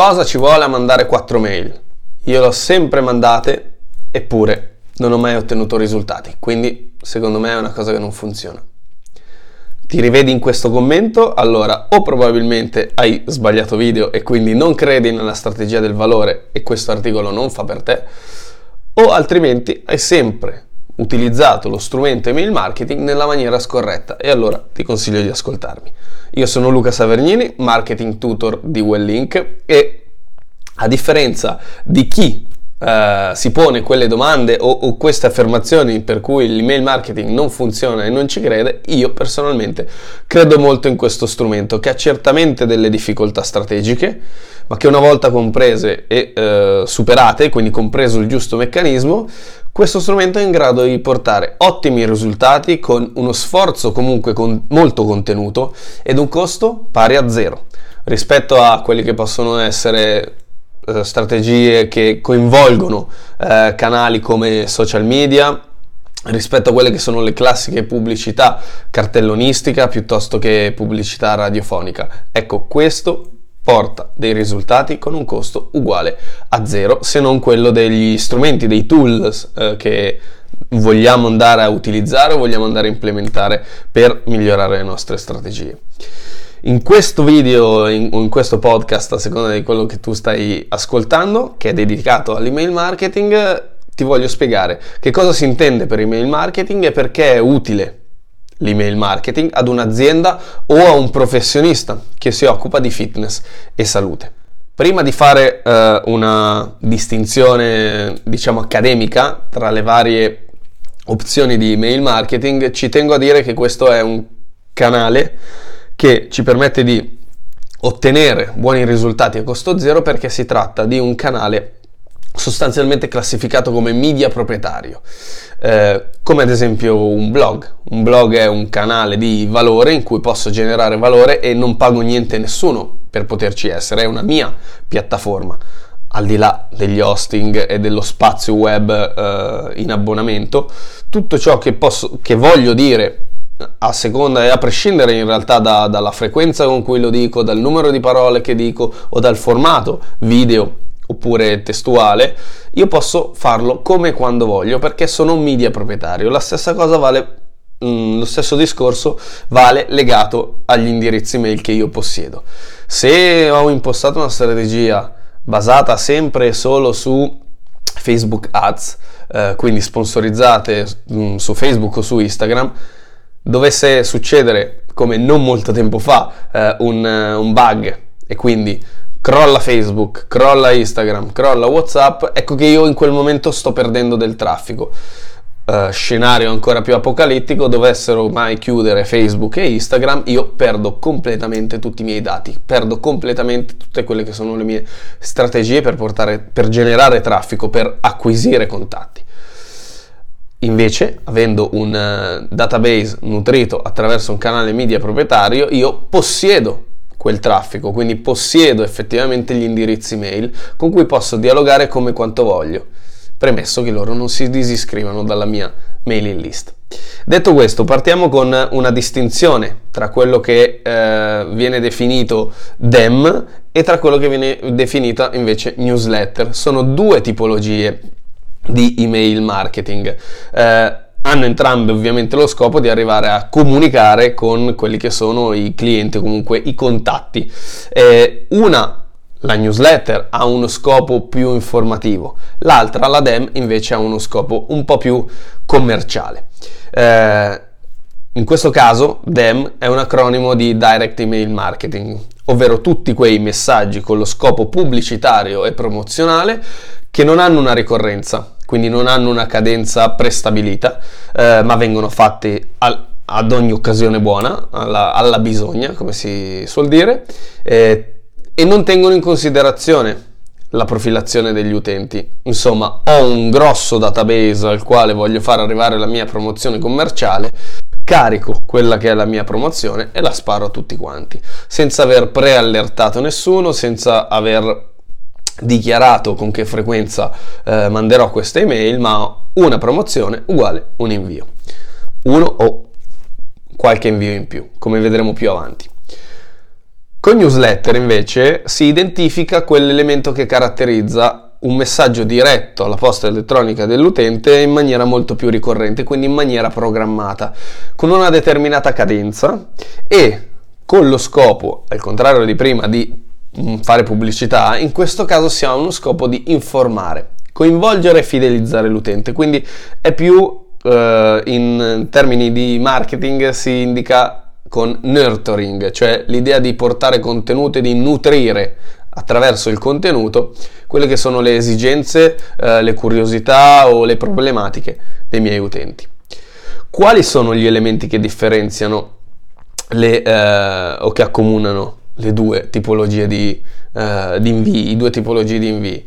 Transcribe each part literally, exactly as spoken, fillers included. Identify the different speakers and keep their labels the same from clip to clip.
Speaker 1: cosa ci vuole a mandare quattro mail? Io le ho sempre mandate, eppure non ho mai ottenuto risultati, quindi secondo me è una cosa che non funziona. Ti rivedi in questo commento? Allora o probabilmente hai sbagliato video e quindi non credi nella strategia del valore e questo articolo non fa per te, o altrimenti hai sempre utilizzato lo strumento email marketing nella maniera scorretta e allora ti consiglio di ascoltarmi. Io sono Luca Savernini, marketing tutor di Wellink, e a differenza di chi Uh, si pone quelle domande o, o queste affermazioni per cui l'email marketing non funziona e non ci crede, io personalmente credo molto in questo strumento che ha certamente delle difficoltà strategiche, ma che una volta comprese e uh, superate, quindi compreso il giusto meccanismo, questo strumento è in grado di portare ottimi risultati con uno sforzo comunque con molto contenuto ed un costo pari a zero rispetto a quelli che possono essere strategie che coinvolgono eh, canali come social media, rispetto a quelle che sono le classiche pubblicità cartellonistica piuttosto che pubblicità radiofonica. Ecco, questo porta dei risultati con un costo uguale a zero, se non quello degli strumenti, dei tools eh, che vogliamo andare a utilizzare o vogliamo andare a implementare per migliorare le nostre strategie. In questo video, in, in questo podcast, a seconda di quello che tu stai ascoltando, che è dedicato all'email marketing, ti voglio spiegare che cosa si intende per email marketing e perché è utile l'email marketing ad un'azienda o a un professionista che si occupa di fitness e salute. Prima di fare eh, una distinzione, diciamo, accademica tra le varie opzioni di email marketing, ci tengo a dire che questo è un canale che ci permette di ottenere buoni risultati a costo zero perché si tratta di un canale sostanzialmente classificato come media proprietario, eh, come ad esempio un blog. Un blog è un canale di valore in cui posso generare valore e non pago niente a nessuno per poterci essere, è una mia piattaforma, al di là degli hosting e dello spazio web eh, in abbonamento. Tutto ciò che posso, che voglio dire, a seconda e a prescindere in realtà da, dalla frequenza con cui lo dico, dal numero di parole che dico o dal formato video oppure testuale, io posso farlo come e quando voglio perché sono un media proprietario. La stessa cosa vale, mh, lo stesso discorso vale legato agli indirizzi mail che io possiedo. Se ho impostato una strategia basata sempre e solo su Facebook Ads, eh, quindi sponsorizzate mh, su Facebook o su Instagram, dovesse succedere, come non molto tempo fa, eh, un, un bug e quindi crolla Facebook, crolla Instagram, crolla WhatsApp, ecco che io in quel momento sto perdendo del traffico. Uh, scenario ancora più apocalittico, dovessero mai chiudere Facebook e Instagram, io perdo completamente tutti i miei dati, perdo completamente tutte quelle che sono le mie strategie per portare, per generare traffico, per acquisire contatti. Invece, avendo un uh, database nutrito attraverso un canale media proprietario, io possiedo quel traffico, quindi possiedo effettivamente gli indirizzi mail con cui posso dialogare come quanto voglio, premesso che loro non si disiscrivano dalla mia mailing list. Detto questo, partiamo con una distinzione tra quello che eh, viene definito D E M e tra quello che viene definita invece newsletter. Sono due tipologie di email marketing, eh, hanno entrambe ovviamente lo scopo di arrivare a comunicare con quelli che sono i clienti o comunque i contatti. Eh, una, la newsletter, ha uno scopo più informativo, l'altra, la D E M, invece ha uno scopo un po' più commerciale. Eh, in questo caso D E M è un acronimo di Direct Email Marketing, ovvero tutti quei messaggi con lo scopo pubblicitario e promozionale che non hanno una ricorrenza, quindi non hanno una cadenza prestabilita, eh, ma vengono fatti al, ad ogni occasione buona, alla, alla bisogna, come si suol dire, eh, e non tengono in considerazione la profilazione degli utenti. Insomma, ho un grosso database al quale voglio far arrivare la mia promozione commerciale, carico quella che è la mia promozione e la sparo a tutti quanti, senza aver preallertato nessuno, senza aver dichiarato con che frequenza eh, manderò queste email, ma una promozione uguale un invio, uno o qualche invio in più, come vedremo più avanti. Con newsletter invece si identifica quell'elemento che caratterizza un messaggio diretto alla posta elettronica dell'utente in maniera molto più ricorrente, quindi in maniera programmata, con una determinata cadenza e con lo scopo, al contrario di prima, di fare pubblicità. In questo caso si ha uno scopo di informare, coinvolgere e fidelizzare l'utente, quindi è più eh, in termini di marketing si indica con nurturing, cioè l'idea di portare contenuto e di nutrire attraverso il contenuto quelle che sono le esigenze, eh, le curiosità o le problematiche dei miei utenti. Quali sono gli elementi che differenziano le, eh, o che accomunano le due tipologie di, eh, di invii, i due tipologie di invii?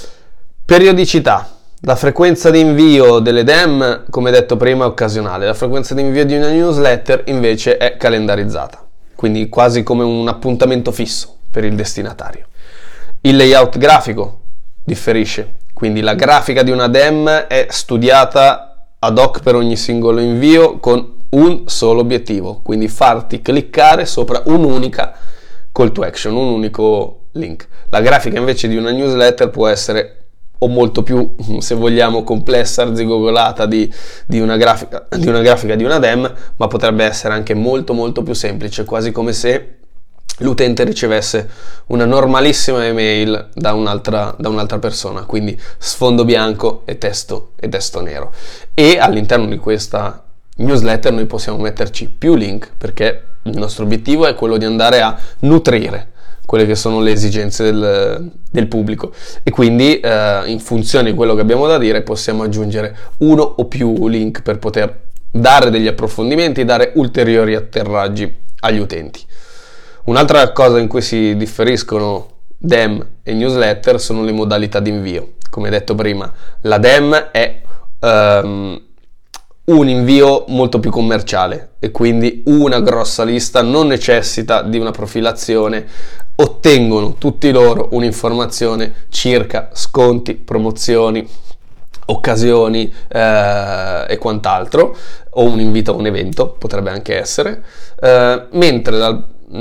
Speaker 1: Periodicità. La frequenza di invio delle D E M, come detto prima, è occasionale. La frequenza di invio di una newsletter invece è calendarizzata, quindi quasi come un appuntamento fisso per il destinatario. Il layout grafico differisce, quindi la grafica di una D E M è studiata ad hoc per ogni singolo invio con un solo obiettivo, quindi farti cliccare sopra un'unica call to action, un unico link. La grafica invece di una newsletter può essere o molto più, se vogliamo, complessa, arzigogolata di, di, una grafica, di una grafica di una D E M, ma potrebbe essere anche molto molto più semplice, quasi come se l'utente ricevesse una normalissima email da un'altra, da un'altra persona, quindi sfondo bianco e testo, e testo nero. E all'interno di questa newsletter noi possiamo metterci più link, perché il nostro obiettivo è quello di andare a nutrire quelle che sono le esigenze del, del pubblico, e quindi eh, in funzione di quello che abbiamo da dire possiamo aggiungere uno o più link per poter dare degli approfondimenti, dare ulteriori atterraggi agli utenti. Un'altra cosa in cui si differiscono D E M e newsletter sono le modalità di invio. Come detto prima, la D E M è um, un invio molto più commerciale e quindi una grossa lista non necessita di una profilazione, ottengono tutti loro un'informazione circa sconti, promozioni, occasioni eh, e quant'altro, o un invito a un evento potrebbe anche essere, eh, mentre dal,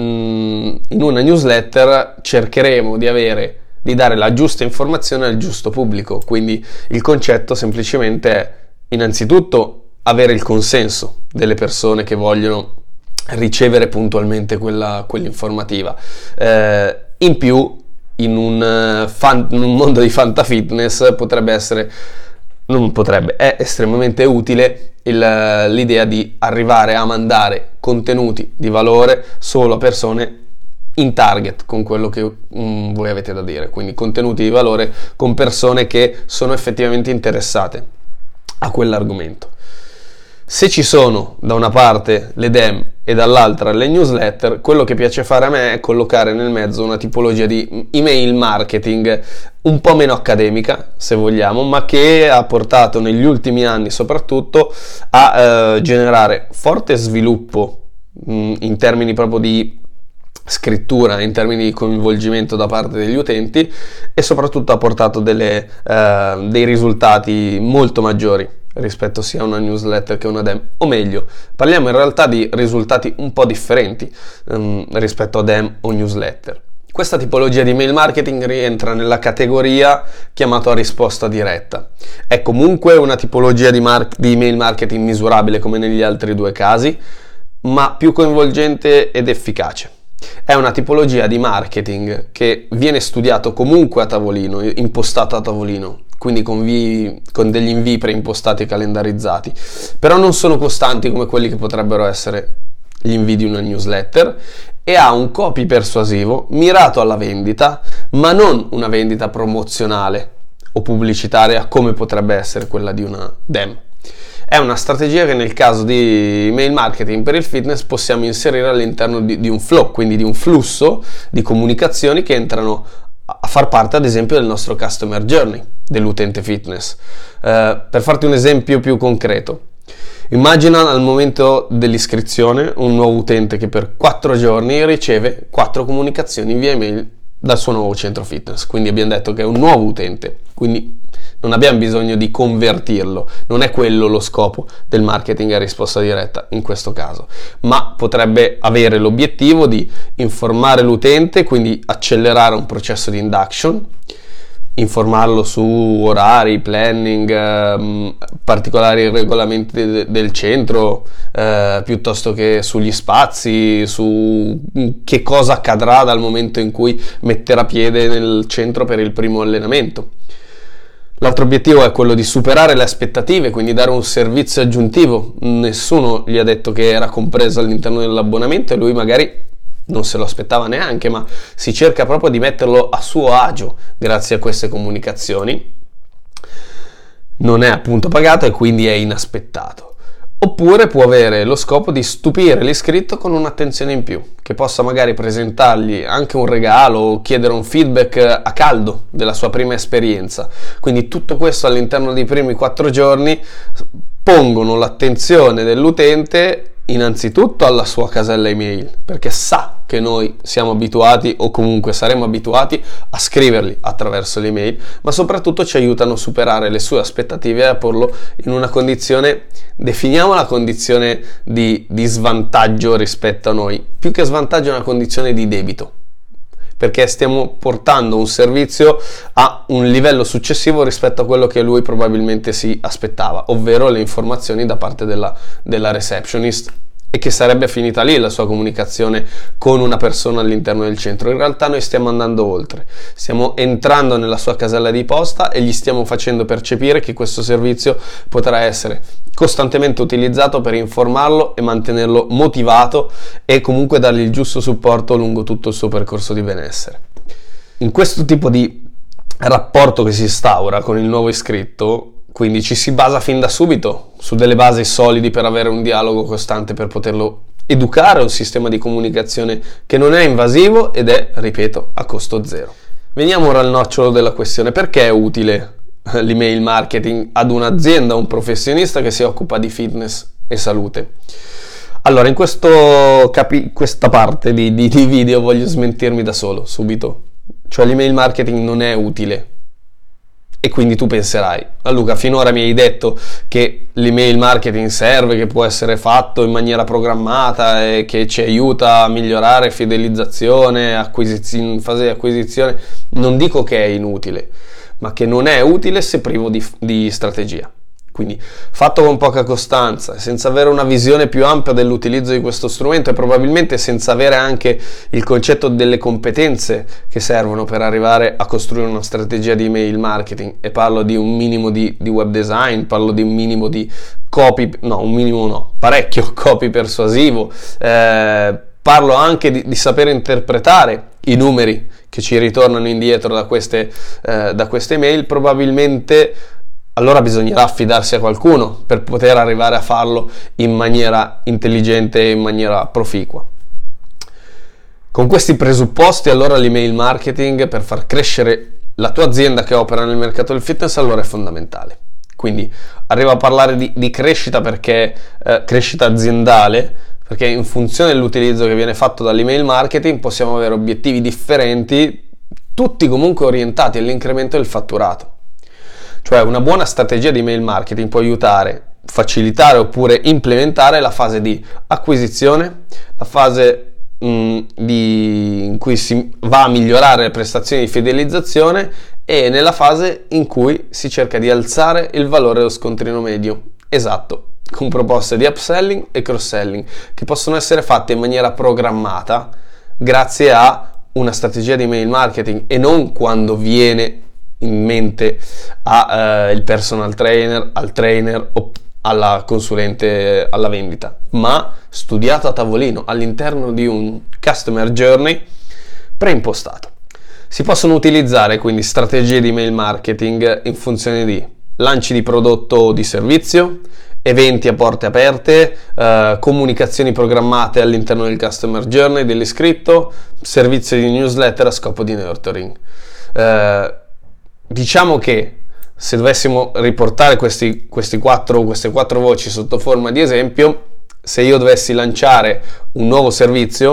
Speaker 1: mh, in una newsletter cercheremo di avere di dare la giusta informazione al giusto pubblico, quindi il concetto semplicemente è innanzitutto avere il consenso delle persone che vogliono ricevere puntualmente quella, quell'informativa. Eh, in più, in un, fan, in un mondo di fantafitness potrebbe essere, non potrebbe, è estremamente utile il, l'idea di arrivare a mandare contenuti di valore solo a persone in target con quello che um, voi avete da dire, quindi contenuti di valore con persone che sono effettivamente interessate a quell'argomento. Se ci sono da una parte le D E M e dall'altra le newsletter, quello che piace fare a me è collocare nel mezzo una tipologia di email marketing un po' meno accademica, se vogliamo, ma che ha portato negli ultimi anni soprattutto a eh, generare forte sviluppo mh, in termini proprio di scrittura, in termini di coinvolgimento da parte degli utenti, e soprattutto ha portato delle, eh, dei risultati molto maggiori rispetto sia a una newsletter che a una D E M, o meglio, parliamo in realtà di risultati un po' differenti um, rispetto a D E M o newsletter. Questa tipologia di email marketing rientra nella categoria chiamata risposta diretta. È comunque una tipologia di, mar- di email marketing misurabile come negli altri due casi, ma più coinvolgente ed efficace. È una tipologia di marketing che viene studiato comunque a tavolino, impostato a tavolino, quindi con, vi, con degli invii preimpostati e calendarizzati, però non sono costanti come quelli che potrebbero essere gli invii di una newsletter, e ha un copy persuasivo mirato alla vendita, ma non una vendita promozionale o pubblicitaria come potrebbe essere quella di una D E M. È una strategia che nel caso di email marketing per il fitness possiamo inserire all'interno di, di un flow, quindi di un flusso di comunicazioni che entrano a far parte ad esempio del nostro customer journey dell'utente fitness. Eh, per farti un esempio più concreto, immagina al momento dell'iscrizione un nuovo utente che per quattro giorni riceve quattro comunicazioni via email dal suo nuovo centro fitness. Quindi abbiamo detto che è un nuovo utente, quindi non abbiamo bisogno di convertirlo, non è quello lo scopo del marketing a risposta diretta in questo caso, ma potrebbe avere l'obiettivo di informare l'utente, quindi accelerare un processo di induction, informarlo su orari, planning, ehm, particolari regolamenti de- del centro, eh, piuttosto che sugli spazi, su che cosa accadrà dal momento in cui metterà piede nel centro per il primo allenamento. L'altro obiettivo è quello di superare le aspettative, quindi dare un servizio aggiuntivo. Nessuno gli ha detto che era compreso all'interno dell'abbonamento e lui magari non se lo aspettava neanche, ma si cerca proprio di metterlo a suo agio grazie a queste comunicazioni. Non è appunto pagato e quindi è inaspettato. Oppure può avere lo scopo di stupire l'iscritto con un'attenzione in più, che possa magari presentargli anche un regalo o chiedere un feedback a caldo della sua prima esperienza. Quindi tutto questo all'interno dei primi quattro giorni pongono l'attenzione dell'utente innanzitutto alla sua casella email, perché sa che noi siamo abituati o comunque saremo abituati a scriverli attraverso l'email, ma soprattutto ci aiutano a superare le sue aspettative e a porlo in una condizione, definiamola condizione di, di svantaggio rispetto a noi, più che svantaggio è una condizione di debito, perché stiamo portando un servizio a un livello successivo rispetto a quello che lui probabilmente si aspettava, ovvero le informazioni da parte della, della receptionist, e che sarebbe finita lì la sua comunicazione con una persona all'interno del centro. In realtà noi stiamo andando oltre, stiamo entrando nella sua casella di posta e gli stiamo facendo percepire che questo servizio potrà essere costantemente utilizzato per informarlo e mantenerlo motivato e comunque dargli il giusto supporto lungo tutto il suo percorso di benessere. In questo tipo di rapporto che si instaura con il nuovo iscritto, quindi ci si basa fin da subito su delle basi solidi per avere un dialogo costante, per poterlo educare a un sistema di comunicazione che non è invasivo ed è, ripeto, a costo zero. Veniamo ora al nocciolo della questione: perché è utile l'email marketing ad un'azienda, un professionista che si occupa di fitness e salute? Allora, in questo capi- questa parte di, di, di video voglio smentirmi da solo, subito. Cioè l'email marketing non è utile. E quindi tu penserai: ah, Luca, finora mi hai detto che l'email marketing serve, che può essere fatto in maniera programmata e che ci aiuta a migliorare fidelizzazione, acquisizione, in fase di acquisizione. Non dico che è inutile, ma che non è utile se privo di, di strategia. Quindi fatto con poca costanza, senza avere una visione più ampia dell'utilizzo di questo strumento e probabilmente senza avere anche il concetto delle competenze che servono per arrivare a costruire una strategia di email marketing, e parlo di un minimo di, di web design, parlo di un minimo di copy, no un minimo no, parecchio copy persuasivo, eh, parlo anche di, di saper interpretare i numeri che ci ritornano indietro da queste, eh, da queste mail. Probabilmente allora bisognerà affidarsi a qualcuno per poter arrivare a farlo in maniera intelligente e in maniera proficua. Con questi presupposti, allora l'email marketing per far crescere la tua azienda che opera nel mercato del fitness allora è fondamentale. Quindi arrivo a parlare di, di crescita perché eh, crescita aziendale, perché in funzione dell'utilizzo che viene fatto dall'email marketing possiamo avere obiettivi differenti, tutti comunque orientati all'incremento del fatturato. Cioè una buona strategia di email marketing può aiutare, facilitare oppure implementare la fase di acquisizione, la fase mh, di, in cui si va a migliorare le prestazioni di fidelizzazione e nella fase in cui si cerca di alzare il valore dello scontrino medio. Esatto, con proposte di upselling e cross-selling che possono essere fatte in maniera programmata grazie a una strategia di email marketing e non quando viene in mente al eh, personal trainer, al trainer o alla consulente alla vendita, ma studiato a tavolino all'interno di un customer journey preimpostato. Si possono utilizzare quindi strategie di email marketing in funzione di lanci di prodotto o di servizio, eventi a porte aperte, eh, comunicazioni programmate all'interno del customer journey dell'iscritto, servizio di newsletter a scopo di nurturing. Eh, Diciamo che se dovessimo riportare questi, questi quattro, queste quattro voci sotto forma di esempio, se io dovessi lanciare un nuovo servizio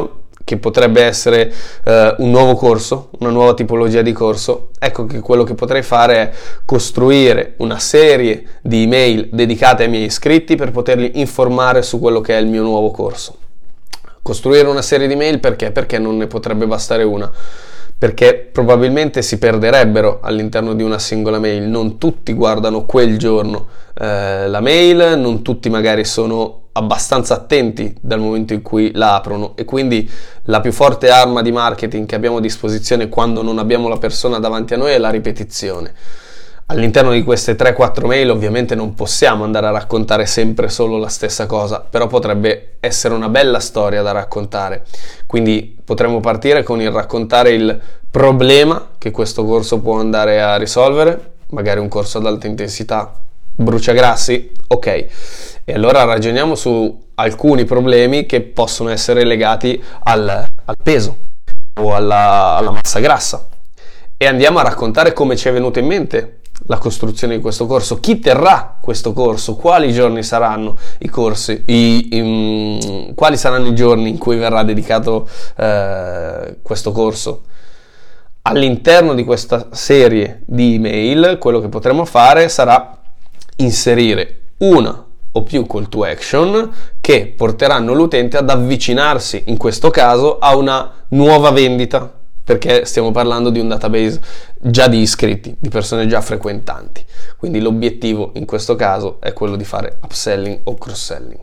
Speaker 1: che potrebbe essere eh, un nuovo corso, una nuova tipologia di corso, ecco che quello che potrei fare è costruire una serie di email dedicate ai miei iscritti per poterli informare su quello che è il mio nuovo corso. Costruire una serie di email perché? Perché non ne potrebbe bastare una, perché probabilmente si perderebbero all'interno di una singola mail, non tutti guardano quel giorno eh, la mail, non tutti magari sono abbastanza attenti dal momento in cui la aprono, e quindi la più forte arma di marketing che abbiamo a disposizione quando non abbiamo la persona davanti a noi è la ripetizione. All'interno di queste tre quattro mail ovviamente non possiamo andare a raccontare sempre solo la stessa cosa, però potrebbe essere una bella storia da raccontare, quindi potremmo partire con il raccontare il problema che questo corso può andare a risolvere, magari un corso ad alta intensità bruciagrassi, ok. E allora ragioniamo su alcuni problemi che possono essere legati al, al peso o alla, alla massa grassa, e andiamo a raccontare come ci è venuto in mente la costruzione di questo corso, chi terrà questo corso, quali giorni saranno i corsi, i, i, quali saranno i giorni in cui verrà dedicato eh, questo corso. All'interno di questa serie di email quello che potremo fare sarà inserire una o più call to action che porteranno l'utente ad avvicinarsi, in questo caso, a una nuova vendita, perché stiamo parlando di un database già di iscritti, di persone già frequentanti. Quindi l'obiettivo in questo caso è quello di fare upselling o cross-selling.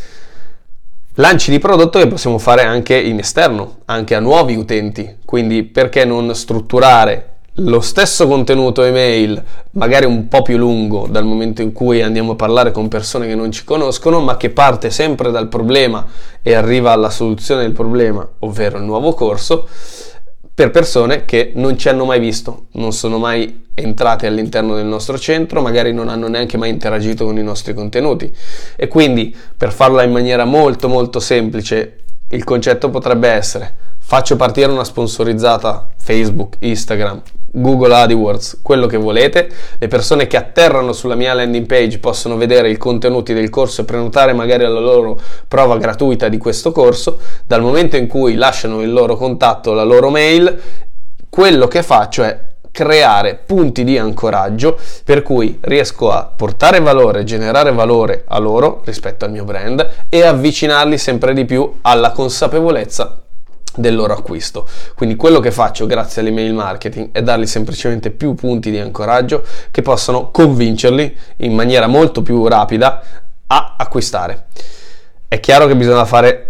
Speaker 1: Lanci di prodotto che possiamo fare anche in esterno, anche a nuovi utenti, quindi perché non strutturare lo stesso contenuto email, magari un po' più lungo dal momento in cui andiamo a parlare con persone che non ci conoscono, ma che parte sempre dal problema e arriva alla soluzione del problema, ovvero il nuovo corso, per persone che non ci hanno mai visto, non sono mai entrate all'interno del nostro centro, magari non hanno neanche mai interagito con i nostri contenuti. E quindi, per farla in maniera molto molto semplice, il concetto potrebbe essere: faccio partire una sponsorizzata Facebook, Instagram, Google AdWords, quello che volete. Le persone che atterrano sulla mia landing page possono vedere i contenuti del corso e prenotare magari la loro prova gratuita di questo corso. Dal momento in cui lasciano il loro contatto, la loro mail, quello che faccio è creare punti di ancoraggio per cui riesco a portare valore, generare valore a loro rispetto al mio brand e avvicinarli sempre di più alla consapevolezza del loro acquisto. Quindi quello che faccio grazie all'email marketing è dargli semplicemente più punti di ancoraggio che possono convincerli in maniera molto più rapida a acquistare. È chiaro che bisogna fare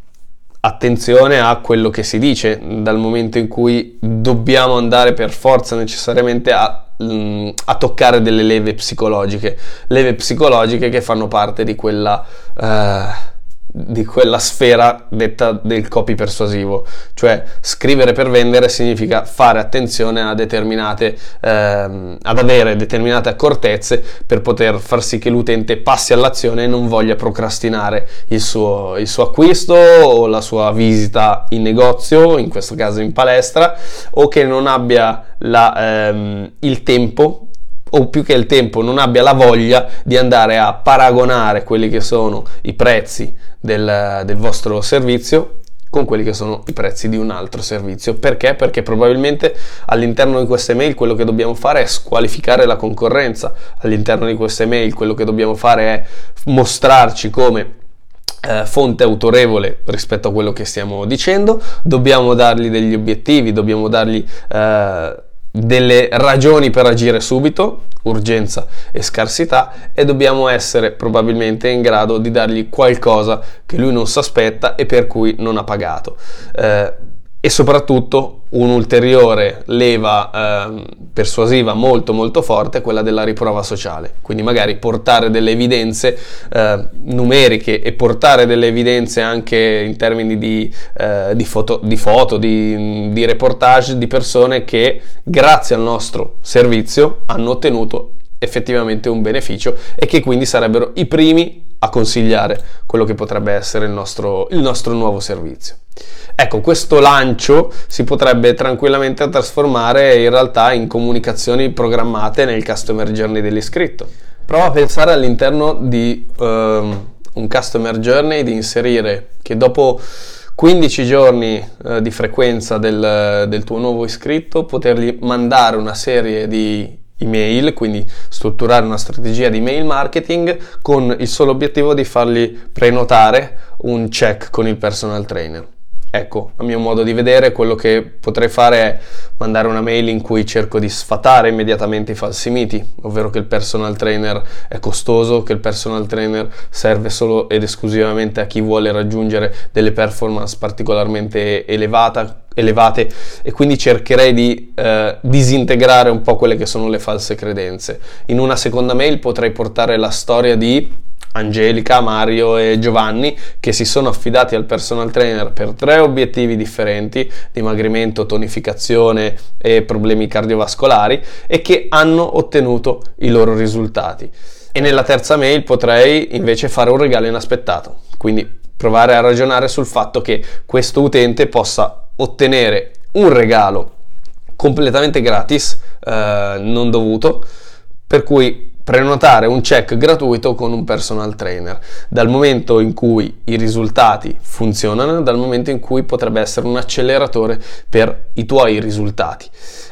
Speaker 1: attenzione a quello che si dice, dal momento in cui dobbiamo andare per forza necessariamente a, a toccare delle leve psicologiche, leve psicologiche che fanno parte di quella eh, di quella sfera detta del copy persuasivo, cioè scrivere per vendere significa fare attenzione a determinate ehm, ad avere determinate accortezze per poter far sì che l'utente passi all'azione e non voglia procrastinare il suo, il suo acquisto o la sua visita in negozio, in questo caso in palestra, o che non abbia la, ehm, il tempo, o più che il tempo non abbia la voglia di andare a paragonare quelli che sono i prezzi del, del vostro servizio con quelli che sono i prezzi di un altro servizio. Perché? Perché probabilmente all'interno di queste mail quello che dobbiamo fare è squalificare la concorrenza, all'interno di queste mail quello che dobbiamo fare è mostrarci come Eh, fonte autorevole rispetto a quello che stiamo dicendo, dobbiamo dargli degli obiettivi, dobbiamo dargli eh, delle ragioni per agire subito, urgenza e scarsità, e dobbiamo essere probabilmente in grado di dargli qualcosa che lui non si aspetta e per cui non ha pagato. Eh, e soprattutto un'ulteriore leva eh, persuasiva molto molto forte è quella della riprova sociale, quindi magari portare delle evidenze eh, numeriche e portare delle evidenze anche in termini di, eh, di foto, di, foto di, di reportage di persone che grazie al nostro servizio hanno ottenuto effettivamente un beneficio e che quindi sarebbero i primi a consigliare quello che potrebbe essere il nostro, il nostro nuovo servizio. Ecco, questo lancio si potrebbe tranquillamente trasformare in realtà in comunicazioni programmate nel customer journey dell'iscritto. Prova a pensare all'interno di um, un customer journey di inserire che dopo quindici giorni eh, di frequenza del, del tuo nuovo iscritto, potergli mandare una serie di email, quindi strutturare una strategia di email marketing con il solo obiettivo di fargli prenotare un check con il personal trainer. Ecco, a mio modo di vedere, quello che potrei fare è mandare una mail in cui cerco di sfatare immediatamente i falsi miti, ovvero che il personal trainer è costoso, che il personal trainer serve solo ed esclusivamente a chi vuole raggiungere delle performance particolarmente elevata, elevate e quindi cercherei di eh, disintegrare un po' quelle che sono le false credenze. In una seconda mail potrei portare la storia di Angelica, Mario e Giovanni che si sono affidati al personal trainer per tre obiettivi differenti: dimagrimento, tonificazione e problemi cardiovascolari, e che hanno ottenuto i loro risultati. E nella terza mail potrei invece fare un regalo inaspettato, quindi provare a ragionare sul fatto che questo utente possa ottenere un regalo completamente gratis, eh, non dovuto, per cui prenotare un check gratuito con un personal trainer, dal momento in cui i risultati funzionano, dal momento in cui potrebbe essere un acceleratore per i tuoi risultati.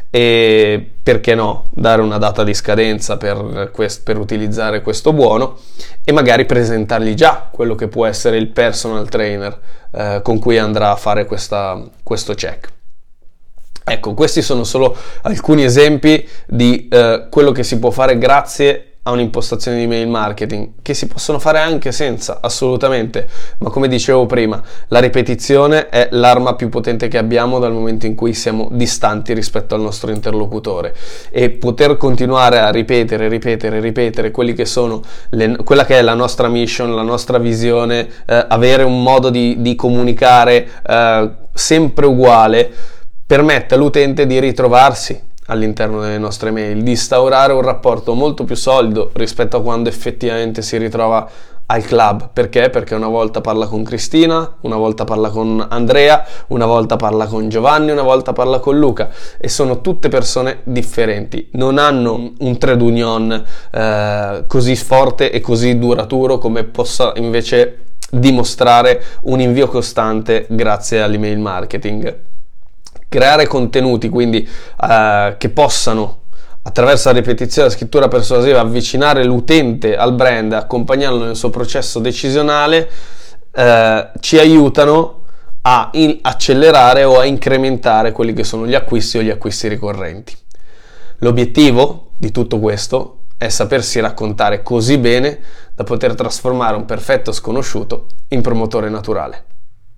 Speaker 1: E perché no, dare una data di scadenza per, quest- per utilizzare questo buono e magari presentargli già quello che può essere il personal trainer eh, con cui andrà a fare questa, questo check. Ecco, questi sono solo alcuni esempi di eh, quello che si può fare grazie a un'impostazione di email marketing, che si possono fare anche senza, assolutamente, ma come dicevo prima, la ripetizione è l'arma più potente che abbiamo dal momento in cui siamo distanti rispetto al nostro interlocutore, e poter continuare a ripetere, ripetere, ripetere quelli che sono le, quella che è la nostra mission, la nostra visione, eh, avere un modo di, di comunicare eh, sempre uguale, permette all'utente di ritrovarsi all'interno delle nostre mail, di instaurare un rapporto molto più solido rispetto a quando effettivamente si ritrova al club. Perché? Perché una volta parla con Cristina, una volta parla con Andrea, una volta parla con Giovanni, una volta parla con Luca, e sono tutte persone differenti, non hanno un trade union eh, così forte e così duraturo come possa invece dimostrare un invio costante grazie all'email marketing. Creare contenuti quindi eh, che possano, attraverso la ripetizione e la scrittura persuasiva, avvicinare l'utente al brand, accompagnarlo nel suo processo decisionale, eh, ci aiutano a in- accelerare o a incrementare quelli che sono gli acquisti o gli acquisti ricorrenti. L'obiettivo di tutto questo è sapersi raccontare così bene da poter trasformare un perfetto sconosciuto in promotore naturale.